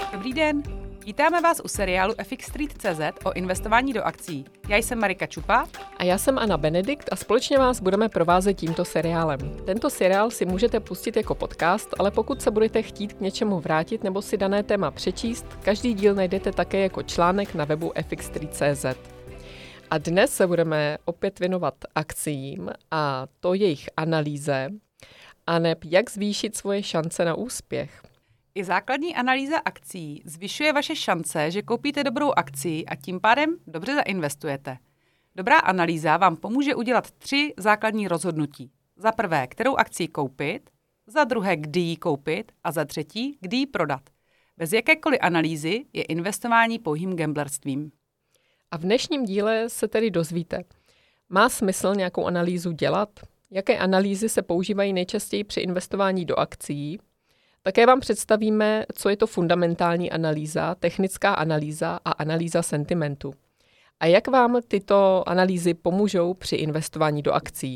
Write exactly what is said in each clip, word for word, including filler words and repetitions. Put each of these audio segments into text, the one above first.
Dobrý den, vítáme vás u seriálu F X Street tečka cé zet o investování do akcií. Já jsem Marika Čupa. A já jsem Anna Benedikt a společně vás budeme provázet tímto seriálem. Tento seriál si můžete pustit jako podcast, ale pokud se budete chtít k něčemu vrátit nebo si dané téma přečíst, každý díl najdete také jako článek na webu F X Street tečka cé zet. A dnes se budeme opět věnovat akciím a to jejich analýze, aneb jak zvýšit svoje šance na úspěch. I základní analýza akcií zvyšuje vaše šance, že koupíte dobrou akcii a tím pádem dobře zainvestujete. Dobrá analýza vám pomůže udělat tři základní rozhodnutí. Za prvé, kterou akcii koupit, za druhé, kdy ji koupit a za třetí, kdy ji prodat. Bez jakékoliv analýzy je investování pouhým gamblerstvím. A v dnešním díle se tedy dozvíte, má smysl nějakou analýzu dělat? Jaké analýzy se používají nejčastěji při investování do akcií? Také vám představíme, co je to fundamentální analýza, technická analýza a analýza sentimentu. A jak vám tyto analýzy pomůžou při investování do akcií.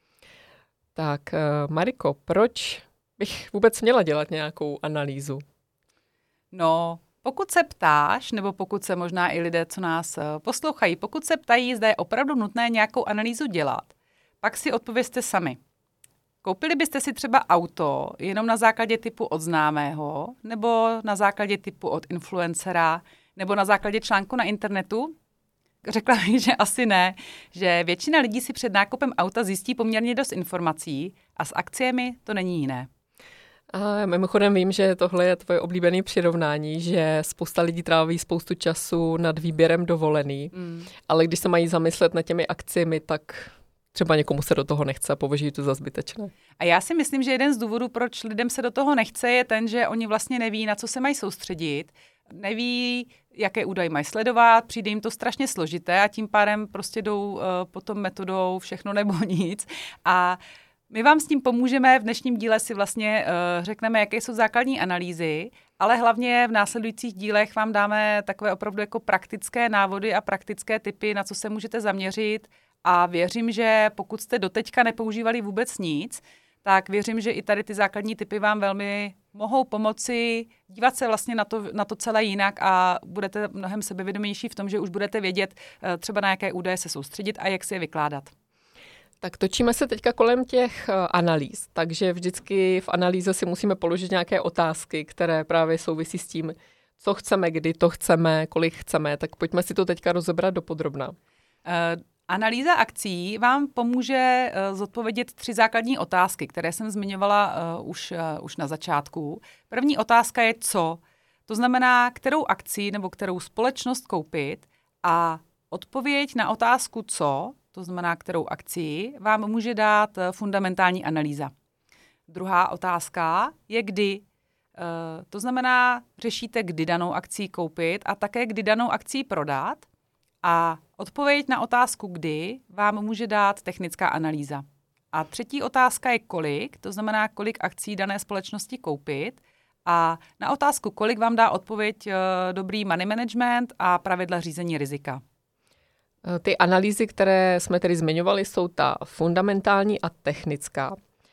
Tak, Mariko, proč bych vůbec měla dělat nějakou analýzu? No, pokud se ptáš, nebo pokud se možná i lidé, co nás poslouchají, pokud se ptají, zda je opravdu nutné nějakou analýzu dělat, pak si odpovězte sami. Koupili byste si třeba auto jenom na základě typu od známého, nebo na základě typu od influencera, nebo na základě článku na internetu? Řekla bych, že asi ne, že většina lidí si před nákupem auta zjistí poměrně dost informací a s akciemi to není jiné. A mimochodem vím, že tohle je tvoje oblíbené přirovnání, že spousta lidí tráví spoustu času nad výběrem dovolený, mm. ale když se mají zamyslet nad těmi akciemi, tak třeba někomu se do toho nechce a považují to za zbytečné. A já si myslím, že jeden z důvodů, proč lidem se do toho nechce, je ten, že oni vlastně neví, na co se mají soustředit, neví, jaké údaje mají sledovat, přijde jim to strašně složité a tím pádem prostě jdou uh, potom metodou všechno nebo nic. A my vám s tím pomůžeme. V dnešním díle si vlastně uh, řekneme, jaké jsou základní analýzy, ale hlavně v následujících dílech vám dáme takové opravdu jako praktické návody a praktické tipy, na co se můžete zaměřit. A věřím, že pokud jste doteďka nepoužívali vůbec nic, tak věřím, že i tady ty základní tipy vám velmi mohou pomoci dívat se vlastně na to, na to celé jinak a budete mnohem sebevědomější v tom, že už budete vědět třeba na jaké údaje se soustředit a jak si je vykládat. Tak točíme se teďka kolem těch analýz, takže vždycky v analýze si musíme položit nějaké otázky, které právě souvisí s tím, co chceme, kdy to chceme, kolik chceme, tak pojďme si to teďka rozebrat dopodrobna. Uh, Analýza akcií vám pomůže uh, zodpovědět tři základní otázky, které jsem zmiňovala uh, už, uh, už na začátku. První otázka je co, to znamená, kterou akcii nebo kterou společnost koupit a odpověď na otázku co, to znamená, kterou akcii, vám může dát uh, fundamentální analýza. Druhá otázka je kdy. Uh, to znamená, řešíte, kdy danou akcii koupit a také kdy danou akcii prodat. A odpověď na otázku kdy vám může dát technická analýza. A třetí otázka je kolik, to znamená, kolik akcií dané společnosti koupit. A na otázku kolik vám dá odpověď uh, dobrý money management a pravidla řízení rizika. Ty analýzy, které jsme tedy zmiňovali, jsou ta fundamentální a technická.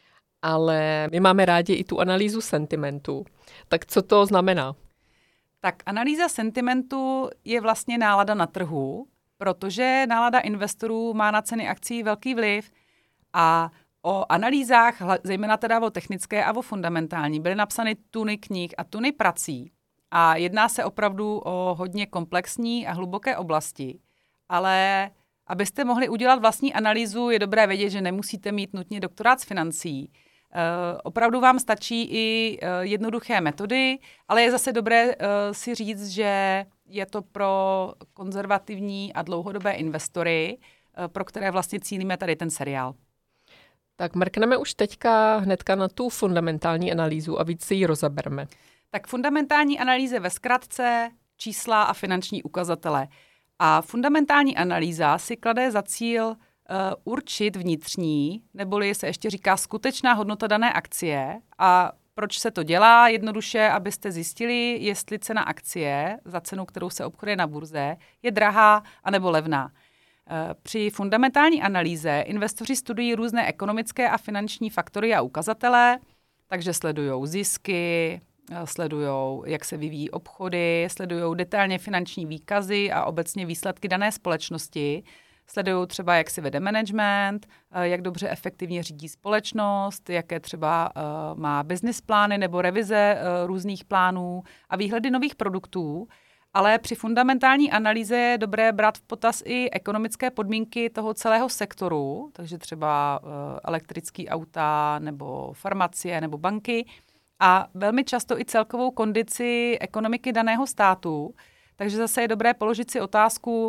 Ale my máme rádi i tu analýzu sentimentu. Tak co to znamená? Tak analýza sentimentu je vlastně nálada na trhu, protože nálada investorů má na ceny akcií velký vliv a o analýzách, zejména teda o technické a o fundamentální, byly napsány tuny knih a tuny prací. A jedná se opravdu o hodně komplexní a hluboké oblasti, ale abyste mohli udělat vlastní analýzu, je dobré vědět, že nemusíte mít nutně doktorát z financí. Uh, opravdu vám stačí i uh, jednoduché metody, ale je zase dobré uh, si říct, že je to pro konzervativní a dlouhodobé investory, uh, pro které vlastně cílíme tady ten seriál. Tak mrkneme už teďka hnedka na tu fundamentální analýzu a víc si ji rozebereme. Tak fundamentální analýze ve zkratce, čísla a finanční ukazatele. A fundamentální analýza si klade za cíl Uh, určit vnitřní, neboli se ještě říká skutečná hodnota dané akcie. A proč se to dělá? Jednoduše, abyste zjistili, jestli cena akcie za cenu, kterou se obchoduje na burze, je drahá anebo levná. Uh, při fundamentální analýze investoři studují různé ekonomické a finanční faktory a ukazatele, takže sledují zisky, sledujou, jak se vyvíjí obchody, sledují detailně finanční výkazy a obecně výsledky dané společnosti, sledují třeba, jak si vede management, jak dobře efektivně řídí společnost, jaké třeba uh, má business plány nebo revize uh, různých plánů a výhledy nových produktů. Ale při fundamentální analýze je dobré brát v potaz i ekonomické podmínky toho celého sektoru, takže třeba uh, elektrický auta nebo farmacie nebo banky a velmi často i celkovou kondici ekonomiky daného státu. Takže zase je dobré položit si otázku,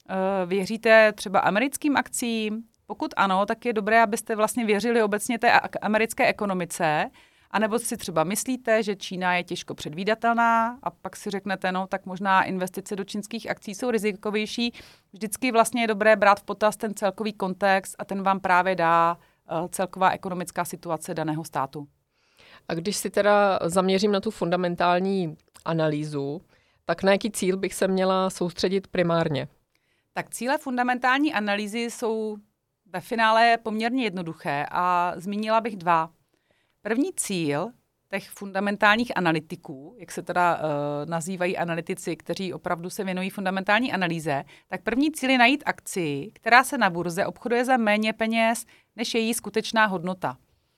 věříte třeba americkým akcím? Pokud ano, tak je dobré, abyste vlastně věřili obecně té americké ekonomice, anebo si třeba myslíte, že Čína je těžko předvídatelná a pak si řeknete, no tak možná investice do čínských akcí jsou rizikovější. Vždycky vlastně je dobré brát v potaz ten celkový kontext a ten vám právě dá celková ekonomická situace daného státu. A když si teda zaměřím na tu fundamentální analýzu, tak na jaký cíl bych se měla soustředit primárně? Tak cíle fundamentální analýzy jsou ve finále poměrně jednoduché a zmínila bych dva. První cíl těch fundamentálních analytiků, jak se teda uh, nazývají analytici, kteří opravdu se věnují fundamentální analýze, tak první cíl je najít akci, která se na burze obchoduje za méně peněz, než je její skutečná hodnota.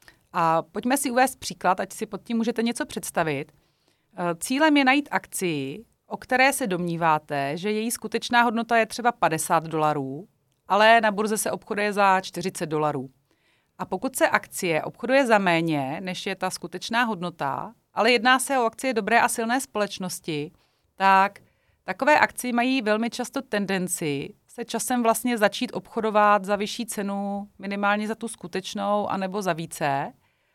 A pojďme si uvést příklad, ať si pod tím můžete něco představit. Uh, cílem je najít akci, o které se domníváte, že její skutečná hodnota je třeba padesát dolarů, ale na burze se obchoduje za čtyřicet dolarů. A pokud se akcie obchoduje za méně, než je ta skutečná hodnota, ale jedná se o akcie dobré a silné společnosti, tak takové akcie mají velmi často tendenci se časem vlastně začít obchodovat za vyšší cenu, minimálně za tu skutečnou, anebo za více.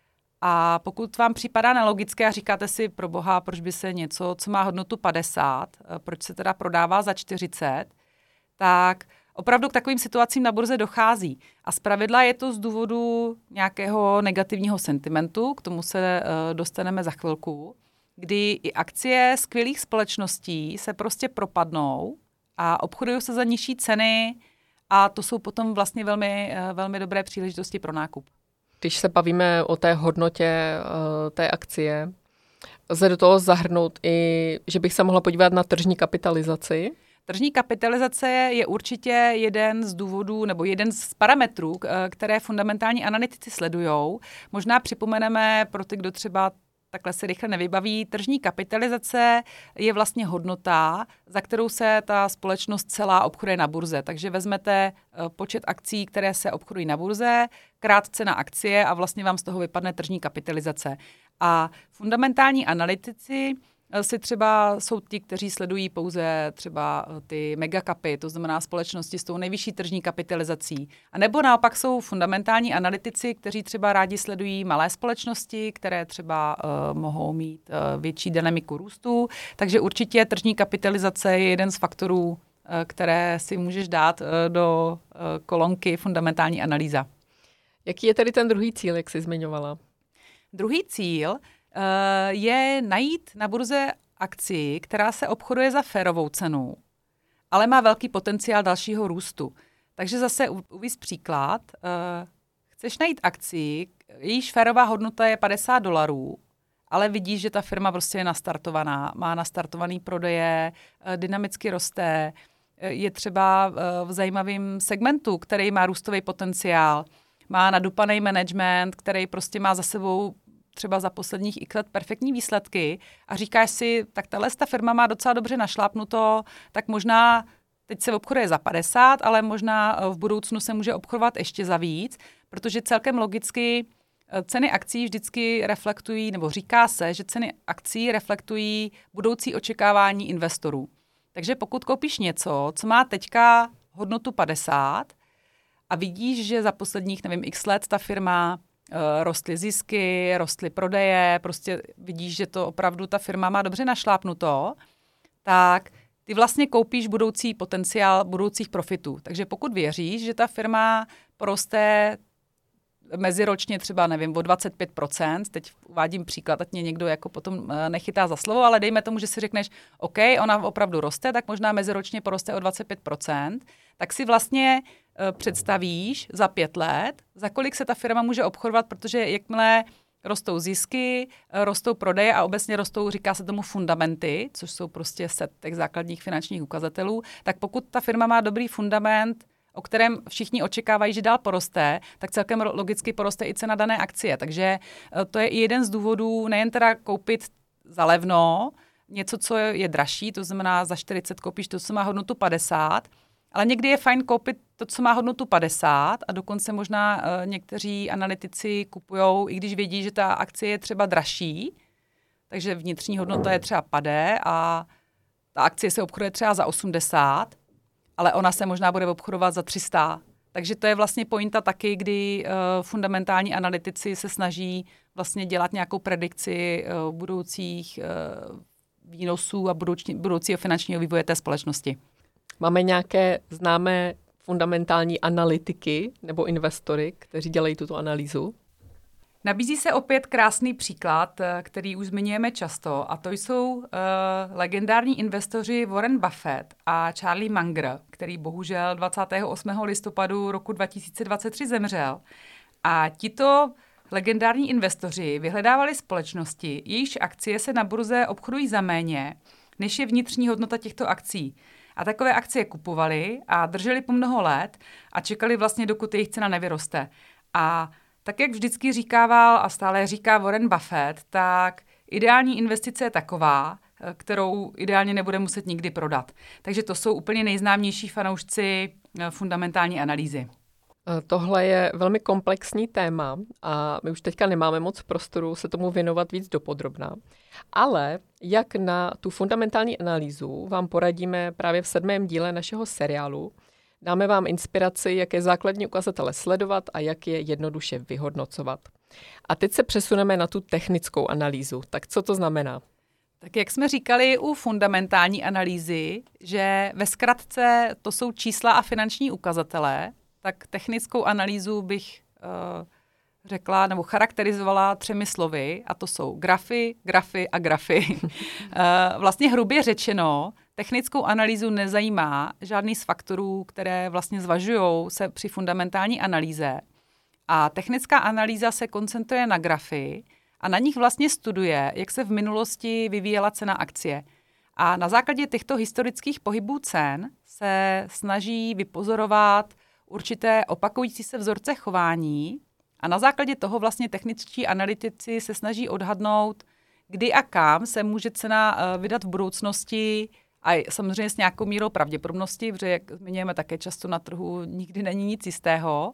A pokud vám připadá nelogické a říkáte si, pro boha, proč by se něco, co má hodnotu padesát, proč se teda prodává za čtyřicet, tak opravdu k takovým situacím na burze dochází. A zpravidla je to z důvodu nějakého negativního sentimentu, k tomu se uh, dostaneme za chvilku, kdy i akcie skvělých společností se prostě propadnou a obchodují se za nižší ceny a to jsou potom vlastně velmi, uh, velmi dobré příležitosti pro nákup. Když se bavíme o té hodnotě uh, té akcie, lze do toho zahrnout i, že bych se mohla podívat na tržní kapitalizaci? Tržní kapitalizace je určitě jeden z důvodů nebo jeden z parametrů, které fundamentální analytici sledujou. Možná připomeneme pro ty, kdo třeba takhle se rychle nevybaví, tržní kapitalizace je vlastně hodnota, za kterou se ta společnost celá obchoduje na burze. Takže vezmete počet akcí, které se obchodují na burze, krát cena akcie a vlastně vám z toho vypadne tržní kapitalizace. A fundamentální analytici si třeba jsou ti, kteří sledují pouze třeba ty megacapy, to znamená společnosti s tou nejvyšší tržní kapitalizací. A nebo naopak jsou fundamentální analytici, kteří třeba rádi sledují malé společnosti, které třeba uh, mohou mít uh, větší dynamiku růstu. Takže určitě tržní kapitalizace je jeden z faktorů, uh, které si můžeš dát uh, do uh, kolonky fundamentální analýza. Jaký je tedy ten druhý cíl, jak jsi zmiňovala? Druhý cíl je najít na burze akci, která se obchoduje za férovou cenu, ale má velký potenciál dalšího růstu. Takže zase uvíc příklad. Chceš najít akci, jejíž férová hodnota je padesát dolarů, ale vidíš, že ta firma prostě je nastartovaná, má nastartovaný prodeje, dynamicky roste, je třeba v zajímavém segmentu, který má růstový potenciál, má nadupaný management, který prostě má za sebou třeba za posledních x let perfektní výsledky a říkáš si, tak tahle ta firma má docela dobře našlápnuto, tak možná teď se obchoduje za padesát, ale možná v budoucnu se může obchodovat ještě za víc, protože celkem logicky ceny akcí vždycky reflektují, nebo říká se, že ceny akcí reflektují budoucí očekávání investorů. Takže pokud koupíš něco, co má teďka hodnotu padesát a vidíš, že za posledních, nevím, x let ta firma rostly zisky, rostly prodeje, prostě vidíš, že to opravdu ta firma má dobře našlápnuto, tak ty vlastně koupíš budoucí potenciál budoucích profitů. Takže pokud věříš, že ta firma poroste meziročně třeba, nevím, o dvacet pět procent, teď uvádím příklad, ať mě někdo jako potom nechytá za slovo, ale dejme tomu, že si řekneš, OK, ona opravdu roste, tak možná meziročně poroste o dvacet pět procent, tak si vlastně představíš za pět let, za kolik se ta firma může obchodovat, protože jakmile rostou zisky, rostou prodeje a obecně rostou, říká se tomu fundamenty, což jsou prostě set těch základních finančních ukazatelů, tak pokud ta firma má dobrý fundament, o kterém všichni očekávají, že dál poroste, tak celkem logicky poroste i cena dané akcie. Takže to je i jeden z důvodů, nejen teda koupit za levno, něco, co je dražší, to znamená za čtyřicet koupíš to, co má hodnotu padesát, ale někdy je fajn koupit to, co má hodnotu padesát a dokonce možná uh, někteří analytici kupujou, i když vědí, že ta akcie je třeba dražší, takže vnitřní hodnota je třeba padé a ta akcie se obchoduje třeba za osmdesát, ale ona se možná bude obchodovat za tři sta. Takže to je vlastně pointa taky, kdy uh, fundamentální analytici se snaží vlastně dělat nějakou predikci uh, budoucích uh, výnosů a budoucí, budoucího finančního vývoje té společnosti. Máme nějaké známé fundamentální analytiky nebo investory, kteří dělají tuto analýzu? Nabízí se opět krásný příklad, který už zmiňujeme často, a to jsou uh, legendární investoři Warren Buffett a Charlie Munger, který bohužel dvacátého osmého listopadu roku dva tisíce dvacet tři zemřel. A tito legendární investoři vyhledávali společnosti, jejichž akcie se na burze obchodují za méně, než je vnitřní hodnota těchto akcí. A takové akcie kupovali a drželi po mnoho let a čekali vlastně, dokud jejich cena nevyroste. A tak, jak vždycky říkával a stále říká Warren Buffett, tak ideální investice je taková, kterou ideálně nebude muset nikdy prodat. Takže to jsou úplně nejznámější fanoušci fundamentální analýzy. Tohle je velmi komplexní téma a my už teďka nemáme moc prostoru se tomu věnovat víc dopodrobná. Ale jak na tu fundamentální analýzu vám poradíme právě v sedmém díle našeho seriálu. Dáme vám inspiraci, jaké základní ukazatele sledovat a jak je jednoduše vyhodnocovat. A teď se přesuneme na tu technickou analýzu. Tak co to znamená? Tak jak jsme říkali u fundamentální analýzy, že ve zkratce to jsou čísla a finanční ukazatele, tak technickou analýzu bych uh, řekla nebo charakterizovala třemi slovy, a to jsou grafy, grafy a grafy. uh, vlastně hrubě řečeno, technickou analýzu nezajímá žádný z faktorů, které vlastně zvažujou se při fundamentální analýze. A technická analýza se koncentruje na grafy a na nich vlastně studuje, jak se v minulosti vyvíjela cena akcie. A na základě těchto historických pohybů cen se snaží vypozorovat určité opakující se vzorce chování a na základě toho vlastně techničtí analytici se snaží odhadnout, kdy a kam se může cena vydat v budoucnosti a samozřejmě s nějakou mírou pravděpodobnosti, protože jak zmiňujeme také často na trhu, nikdy není nic jistého.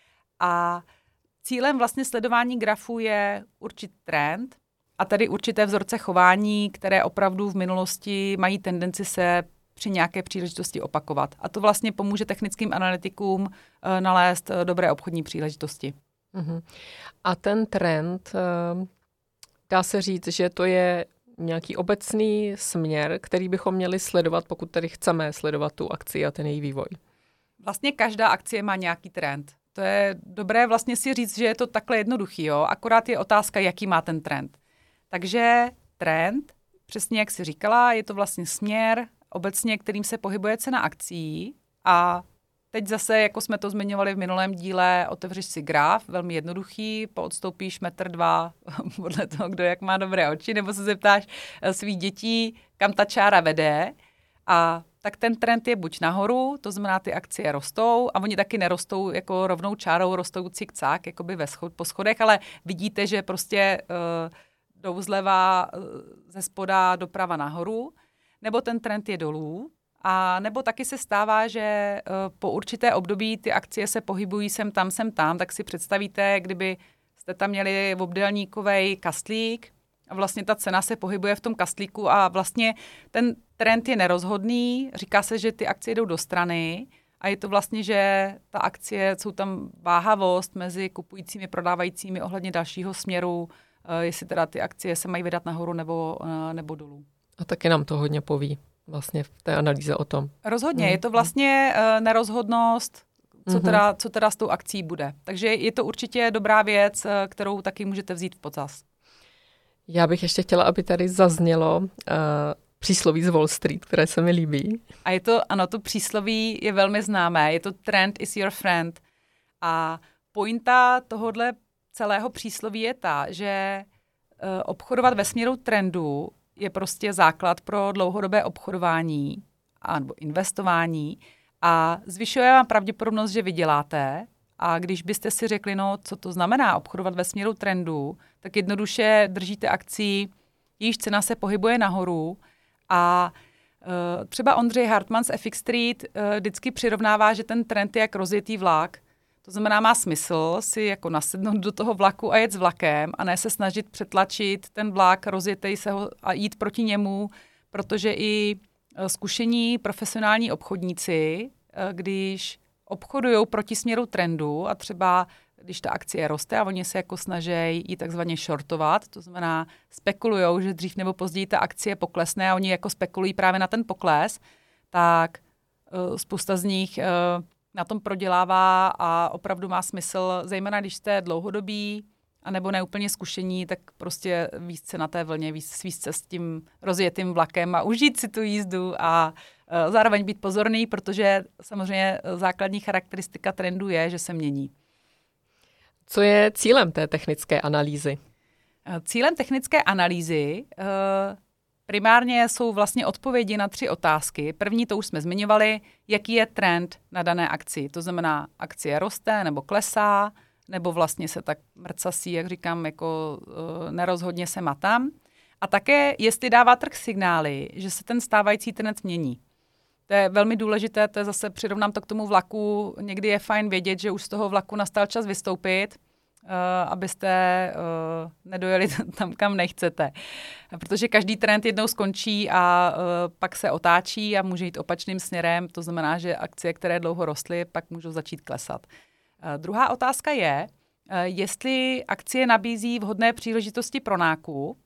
A cílem vlastně sledování grafů je určit trend a tedy určité vzorce chování, které opravdu v minulosti mají tendenci se při nějaké příležitosti opakovat. A to vlastně pomůže technickým analytikům uh, nalézt uh, dobré obchodní příležitosti. Uh-huh. A ten trend, uh, dá se říct, že to je nějaký obecný směr, který bychom měli sledovat, pokud tedy chceme sledovat tu akci a ten její vývoj. Vlastně každá akcie má nějaký trend. To je dobré vlastně si říct, že je to takhle jednoduchý, jo? Akorát je otázka, jaký má ten trend. Takže trend, přesně jak jsi říkala, je to vlastně směr, obecně, kterým se pohybuje cena akcií. A teď zase, jako jsme to zmiňovali v minulém díle, otevřeš si graf, velmi jednoduchý, poodstoupíš metr dva podle toho, kdo jak má dobré oči, nebo se zeptáš svých dětí, kam ta čára vede. A tak ten trend je buď nahoru, to znamená, ty akcie rostou a oni taky nerostou jako rovnou čárou, rostou cik-cak, jakoby ve schod, po schodech, ale vidíte, že prostě uh, jdou zleva, uh, ze spoda doprava nahoru. Nebo ten trend je dolů, a nebo taky se stává, že uh, po určité období ty akcie se pohybují sem tam, sem tam, tak si představíte, kdyby jste tam měli obdélníkovej kastlík a vlastně ta cena se pohybuje v tom kastlíku a vlastně ten trend je nerozhodný, říká se, že ty akcie jdou do strany a je to vlastně, že ta akcie, jsou tam váhavost mezi kupujícími a prodávajícími ohledně dalšího směru, uh, jestli teda ty akcie se mají vydat nahoru nebo, uh, nebo dolů. A taky nám to hodně poví vlastně v té analýze o tom. Rozhodně, mm. je to vlastně uh, nerozhodnost, co, mm-hmm. teda, co teda s tou akcí bude. Takže je to určitě dobrá věc, uh, kterou taky můžete vzít v potaz. Já bych ještě chtěla, aby tady zaznělo uh, přísloví z Wall Street, které se mi líbí. A je to, ano, to přísloví je velmi známé. Je to trend is your friend. A pointa tohodle celého přísloví je ta, že obchodovat ve směru trendu je prostě základ pro dlouhodobé obchodování a nebo investování a zvyšuje vám pravděpodobnost, že vyděláte. A když byste si řekli, no, co to znamená obchodovat ve směru trendu, tak jednoduše držíte akcí, jejíž cena se pohybuje nahoru a uh, třeba Ondřej Hartmann z F X Street uh, vždycky přirovnává, že ten trend je jak rozjetý vlak. To znamená, má smysl si jako nasednout do toho vlaku a jet s vlakem a ne se snažit přetlačit ten vlak, rozjetej se ho a jít proti němu, protože i zkušení profesionální obchodníci, když obchodují proti směru trendu a třeba když ta akcie roste a oni se jako snaží ji takzvaně shortovat, to znamená spekulujou, že dřív nebo později ta akcie poklesne a oni jako spekulují právě na ten pokles, tak uh, spousta z nich uh, na tom prodělává a opravdu má smysl, zejména když jste dlouhodobí a nebo neúplně zkušení, tak prostě víc se na té vlně, víc, víc se s tím rozjetým vlakem a užít si tu jízdu a uh, zároveň být pozorný, protože samozřejmě základní charakteristika trendu je, že se mění. Co je cílem té technické analýzy? Cílem technické analýzy uh, primárně jsou vlastně odpovědi na tři otázky. První, to už jsme zmiňovali, jaký je trend na dané akci. To znamená, akcie roste nebo klesá, nebo vlastně se tak mrcasí, jak říkám, jako uh, nerozhodně se matám. A také, jestli dává trh signály, že se ten stávající trend mění. To je velmi důležité, to je zase, přirovnám to k tomu vlaku, někdy je fajn vědět, že už z toho vlaku nastal čas vystoupit, uh, abyste uh, nedojeli tam, kam nechcete. Protože každý trend jednou skončí a uh, pak se otáčí a může jít opačným směrem, to znamená, že akcie, které dlouho rostly, pak můžou začít klesat. Uh, druhá otázka je, uh, jestli akcie nabízí vhodné příležitosti pro nákup.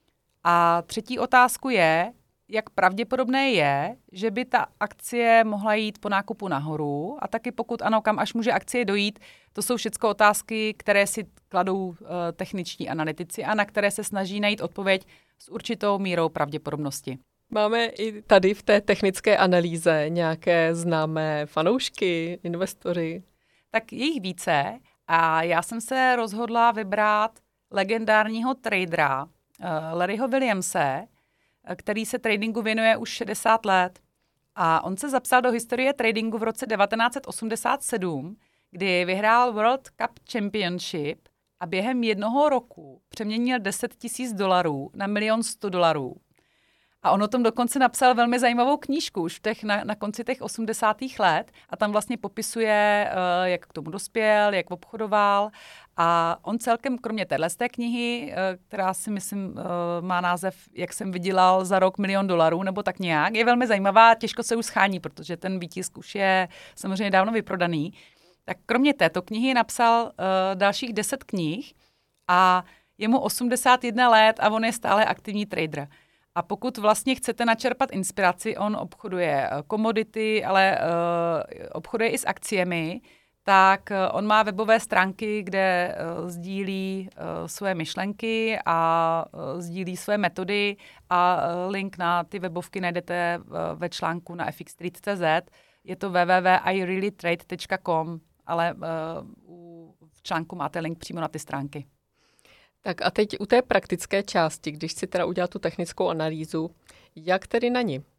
A třetí otázku je, jak pravděpodobné je, že by ta akcie mohla jít po nákupu nahoru a taky pokud ano, kam až může akcie dojít, to jsou všechno otázky, které si kladou uh, techniční analytici a na které se snaží najít odpověď s určitou mírou pravděpodobnosti. Máme i tady v té technické analýze nějaké známé fanoušky, investory? Tak je jich více a já jsem se rozhodla vybrat legendárního tradera uh, Larryho Williamse, který se tradingu věnuje už šedesát let. A on se zapsal do historie tradingu v roce devatenáct set osmdesát sedm, kdy vyhrál World Cup Championship a během jednoho roku přeměnil deset tisíc dolarů na milion sto dolarů. A on o tom dokonce napsal velmi zajímavou knížku už v těch, na, na konci těch osmdesátých let a tam vlastně popisuje, uh, jak k tomu dospěl, jak obchodoval. A on celkem, kromě téhleté knihy, uh, která si myslím uh, má název Jak jsem vydělal za rok milion dolarů, nebo tak nějak, je velmi zajímavá, těžko se už schání, protože ten výtisk už je samozřejmě dávno vyprodaný. Tak kromě této knihy napsal uh, dalších deset knih a je mu osmdesát jedna let a on je stále aktivní trader. A pokud vlastně chcete načerpat inspiraci, on obchoduje komodity, ale uh, obchoduje i s akciemi, tak uh, on má webové stránky, kde uh, sdílí uh, svoje myšlenky a uh, sdílí své metody a uh, link na ty webovky najdete uh, ve článku na f x street tečka c z. Je to w w w tečka i really trade tečka com, ale uh, u, v článku máte link přímo na ty stránky. Tak a teď u té praktické části, když si teda udělat tu technickou analýzu, jak tedy na ní?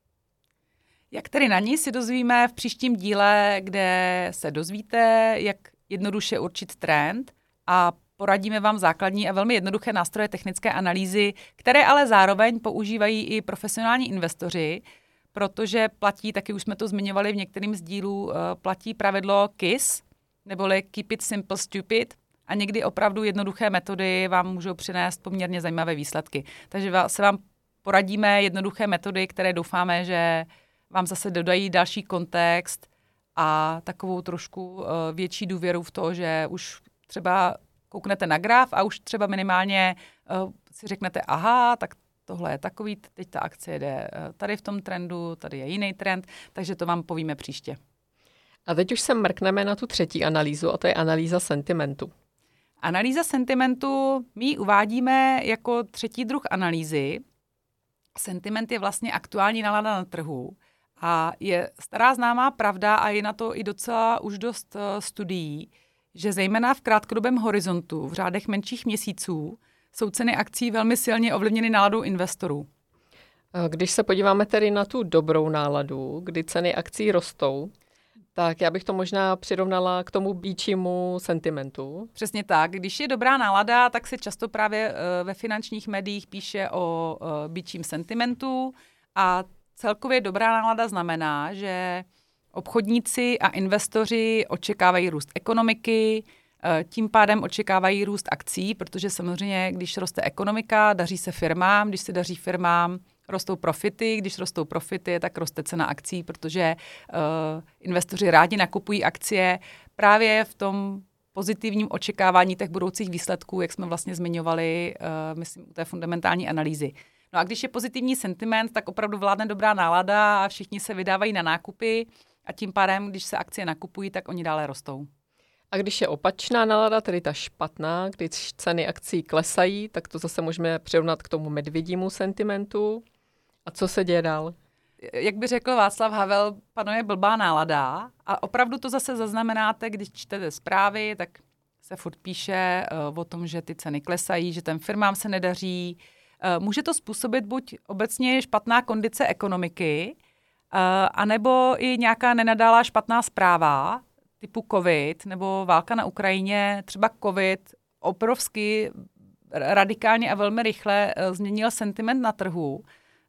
Jak tedy na ní si dozvíme v příštím díle, kde se dozvíte, jak jednoduše určit trend a poradíme vám základní a velmi jednoduché nástroje technické analýzy, které ale zároveň používají i profesionální investoři, protože platí, taky už jsme to zmiňovali v některým z dílů, platí pravidlo K I S, neboli Keep it simple stupid, a někdy opravdu jednoduché metody vám můžou přinést poměrně zajímavé výsledky. Takže se vám poradíme jednoduché metody, které doufáme, že vám zase dodají další kontext a takovou trošku větší důvěru v to, že už třeba kouknete na graf a už třeba minimálně si řeknete, aha, tak tohle je takový, teď ta akcie jde tady v tom trendu, tady je jiný trend, takže to vám povíme příště. A teď už se mrkneme na tu třetí analýzu, a to je analýza sentimentu. Analýza sentimentu, my ji uvádíme jako třetí druh analýzy. Sentiment je vlastně aktuální nálada na trhu a je stará známá pravda a je na to i docela už dost uh, studií, že zejména v krátkodobém horizontu, v řádech menších měsíců, jsou ceny akcií velmi silně ovlivněny náladou investorů. Když se podíváme tedy na tu dobrou náladu, kdy ceny akcií rostou, tak já bych to možná přirovnala k tomu býčímu sentimentu. Přesně tak. Když je dobrá nálada, tak se často právě ve finančních médiích píše o býčím sentimentu a celkově dobrá nálada znamená, že obchodníci a investoři očekávají růst ekonomiky, tím pádem očekávají růst akcií, protože samozřejmě, když roste ekonomika, daří se firmám, když se daří firmám, rostou profity, když rostou profity, tak roste cena akcií, protože uh, investoři rádi nakupují akcie právě v tom pozitivním očekávání těch budoucích výsledků, jak jsme vlastně zmiňovali, uh, myslím, u té fundamentální analýzy. No a když je pozitivní sentiment, tak opravdu vládne dobrá nálada a všichni se vydávají na nákupy a tím pádem, když se akcie nakupují, tak oni dále rostou. A když je opačná nálada, tedy ta špatná, když ceny akcií klesají, tak to zase můžeme přirovnat k tomu medvědímu sentimentu. A co se děje dál? Jak by řekl Václav Havel, panuje blbá nálada a opravdu to zase zaznamenáte, když čtete zprávy, tak se furt píše uh, o tom, že ty ceny klesají, že těm firmám se nedaří. Uh, může to způsobit buď obecně špatná kondice ekonomiky, uh, anebo i nějaká nenadálá špatná zpráva, typu covid nebo válka na Ukrajině. Třeba covid obrovsky radikálně a velmi rychle uh, změnil sentiment na trhu.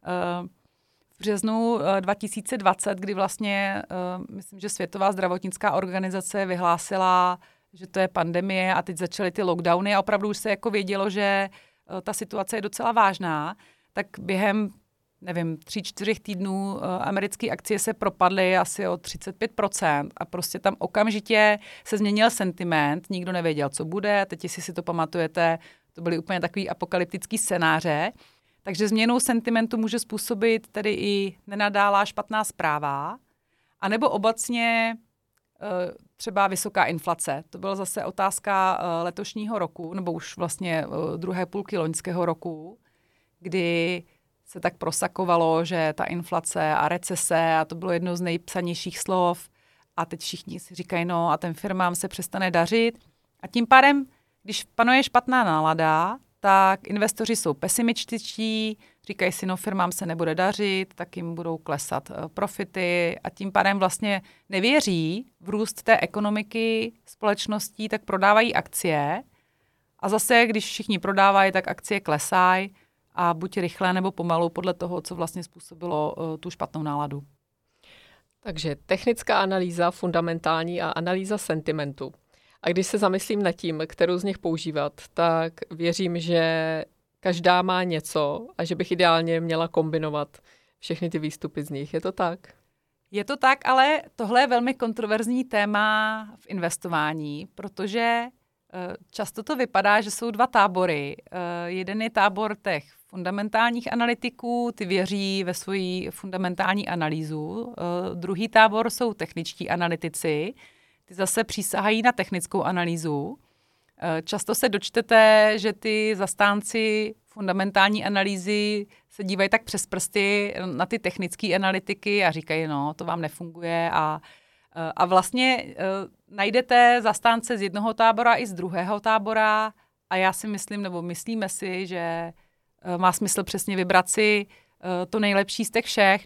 V březnu dva tisíce dvacet, kdy vlastně, myslím, že Světová zdravotnická organizace vyhlásila, že to je pandemie a teď začaly ty lockdowny a opravdu už se jako vědělo, že ta situace je docela vážná, tak během, nevím, tři, čtyřech týdnů americké akcie se propadly asi o třicet pět procent a prostě tam okamžitě se změnil sentiment, nikdo nevěděl, co bude, teď jestli si to pamatujete, to byly úplně takový apokalyptický scénáře. Takže změnou sentimentu může způsobit tedy i nenadálá špatná zpráva, anebo obecně třeba vysoká inflace. To byla zase otázka letošního roku, nebo už vlastně druhé půlky loňského roku, kdy se tak prosakovalo, že ta inflace a recese, a to bylo jedno z nejpsanějších slov, a teď všichni si říkají, no a ten firmám se přestane dařit. A tím pádem, když panuje špatná nálada, tak investoři jsou pesimističtí, říkají si, no firmám se nebude dařit, tak jim budou klesat profity a tím pádem vlastně nevěří v růst té ekonomiky společností, tak prodávají akcie a zase, když všichni prodávají, tak akcie klesají a buď rychle nebo pomalu podle toho, co vlastně způsobilo uh, tu špatnou náladu. Takže technická analýza, fundamentální a analýza sentimentu. A když se zamyslím nad tím, kterou z nich používat, tak věřím, že každá má něco a že bych ideálně měla kombinovat všechny ty výstupy z nich. Je to tak? Je to tak, ale tohle je velmi kontroverzní téma v investování, protože často to vypadá, že jsou dva tábory. Jeden je tábor těch fundamentálních analytiků, ty věří ve svoji fundamentální analýzu. Druhý tábor jsou techničtí analytici, ty zase přísahají na technickou analýzu. Často se dočtete, že ty zastánci fundamentální analýzy se dívají tak přes prsty na ty technické analytiky a říkají, no, to vám nefunguje. A, a vlastně najdete zastánce z jednoho tábora i z druhého tábora a já si myslím, nebo myslíme si, že má smysl přesně vybrat si to nejlepší z těch všech.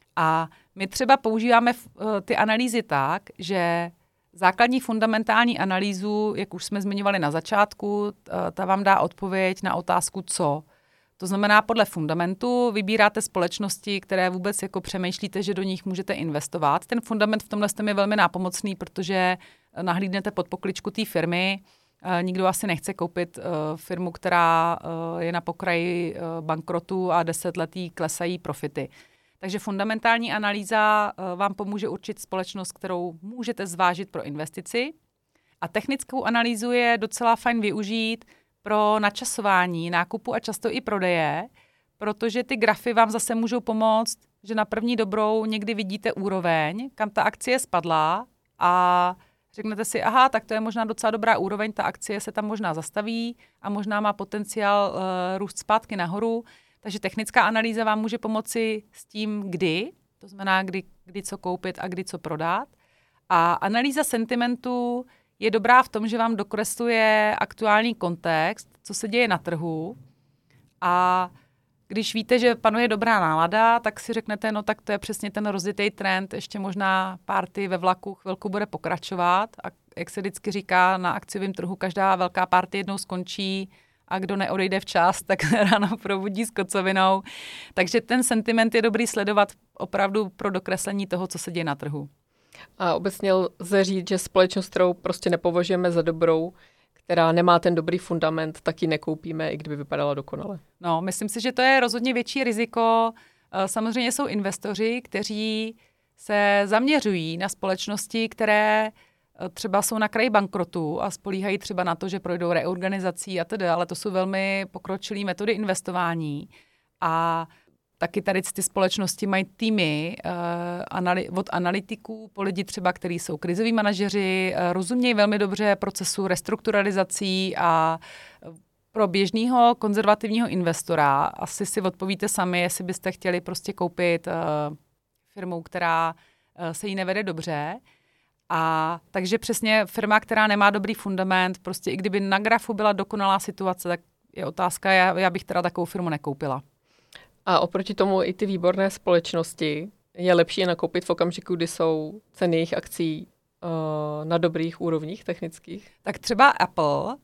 A my třeba používáme ty analýzy tak, že základní fundamentální analýzu, jak už jsme zmiňovali na začátku, ta vám dá odpověď na otázku co. To znamená, podle fundamentu vybíráte společnosti, které vůbec jako přemýšlíte, že do nich můžete investovat. Ten fundament v tomhle je velmi nápomocný, protože nahlídnete pod pokličku té firmy. Nikdo asi nechce koupit firmu, která je na pokraji bankrotu a deset let jí klesají profity. Takže fundamentální analýza vám pomůže určit společnost, kterou můžete zvážit pro investici. A technickou analýzu je docela fajn využít pro načasování nákupu a často i prodeje, protože ty grafy vám zase můžou pomoct, že na první dobrou někdy vidíte úroveň, kam ta akcie spadla a řeknete si, aha, tak to je možná docela dobrá úroveň, ta akcie se tam možná zastaví a možná má potenciál uh, růst zpátky nahoru. Takže technická analýza vám může pomoci s tím, kdy, to znamená, kdy, kdy co koupit a kdy co prodat. A analýza sentimentu je dobrá v tom, že vám dokresluje aktuální kontext, co se děje na trhu, a když víte, že panuje dobrá nálada, tak si řeknete, no tak to je přesně ten rozjetý trend, ještě možná party ve vlaku chvilku bude pokračovat a jak se vždycky říká, na akciovém trhu každá velká party jednou skončí a kdo neodejde včas, tak ráno probudí s kocovinou. Takže ten sentiment je dobrý sledovat opravdu pro dokreslení toho, co se děje na trhu. A obecně lze říct, že společnost, kterou prostě nepovažujeme za dobrou, která nemá ten dobrý fundament, tak ji nekoupíme, i kdyby vypadala dokonale. No, myslím si, že to je rozhodně větší riziko. Samozřejmě jsou investoři, kteří se zaměřují na společnosti, které třeba jsou na kraji bankrotu a spolíhají třeba na to, že projdou reorganizací a tedy, ale to jsou velmi pokročilé metody investování. A taky tady ty společnosti mají týmy uh, anali- od analytiků po lidi třeba, kteří jsou krizoví manažeři, uh, rozumějí velmi dobře procesu restrukturalizací a pro běžného konzervativního investora asi si odpovíte sami, jestli byste chtěli prostě koupit uh, firmu, která uh, se jí nevede dobře. A takže přesně firma, která nemá dobrý fundament, prostě i kdyby na grafu byla dokonalá situace, tak je otázka, já, já bych teda takovou firmu nekoupila. A oproti tomu i ty výborné společnosti je lepší je nakoupit v okamžiku, kdy jsou ceny jejich akcí uh, na dobrých úrovních technických? Tak třeba Apple uh,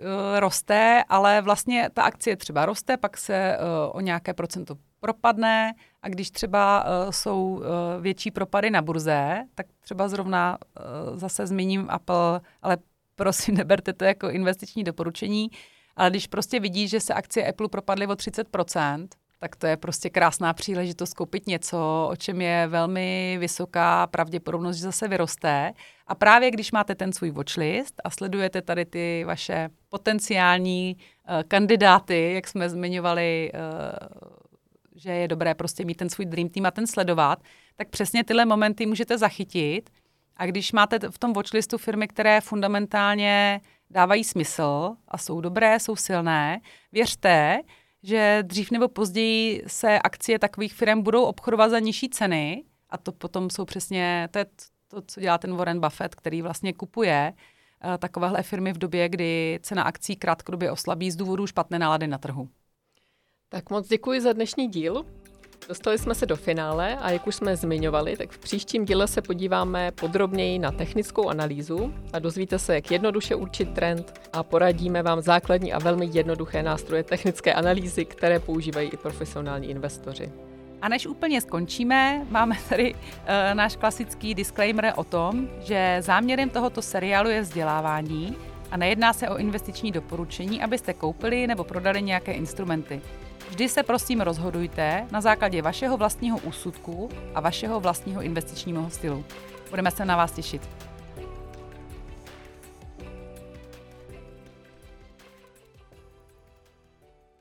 roste, ale vlastně ta akcie třeba roste, pak se uh, o nějaké procento propadne a když třeba uh, jsou uh, větší propady na burze, tak třeba zrovna uh, zase zmíním Apple, ale prosím, neberte to jako investiční doporučení, ale když prostě vidíš, že se akcie Apple propadly o třicet procent, tak to je prostě krásná příležitost koupit něco, o čem je velmi vysoká pravděpodobnost, že zase vyroste. A právě když máte ten svůj watchlist a sledujete tady ty vaše potenciální uh, kandidáty, jak jsme zmiňovali, uh, že je dobré prostě mít ten svůj dream team a ten sledovat, tak přesně tyhle momenty můžete zachytit. A když máte v tom watchlistu firmy, které fundamentálně dávají smysl a jsou dobré, jsou silné, věřte, že dřív nebo později se akcie takových firm budou obchodovat za nižší ceny a to potom jsou přesně, to je to, co dělá ten Warren Buffett, který vlastně kupuje uh, takovéhle firmy v době, kdy cena akcí krátkodobě oslabí z důvodu špatné nálady na trhu. Tak moc děkuji za dnešní díl. Dostali jsme se do finále a jak už jsme zmiňovali, tak v příštím díle se podíváme podrobněji na technickou analýzu a dozvíte se, jak jednoduše určit trend a poradíme vám základní a velmi jednoduché nástroje technické analýzy, které používají i profesionální investoři. A než úplně skončíme, máme tady uh, náš klasický disclaimer o tom, že záměrem tohoto seriálu je vzdělávání a nejedná se o investiční doporučení, abyste koupili nebo prodali nějaké instrumenty. Vždy se prosím rozhodujte na základě vašeho vlastního úsudku a vašeho vlastního investičního stylu. Budeme se na vás těšit.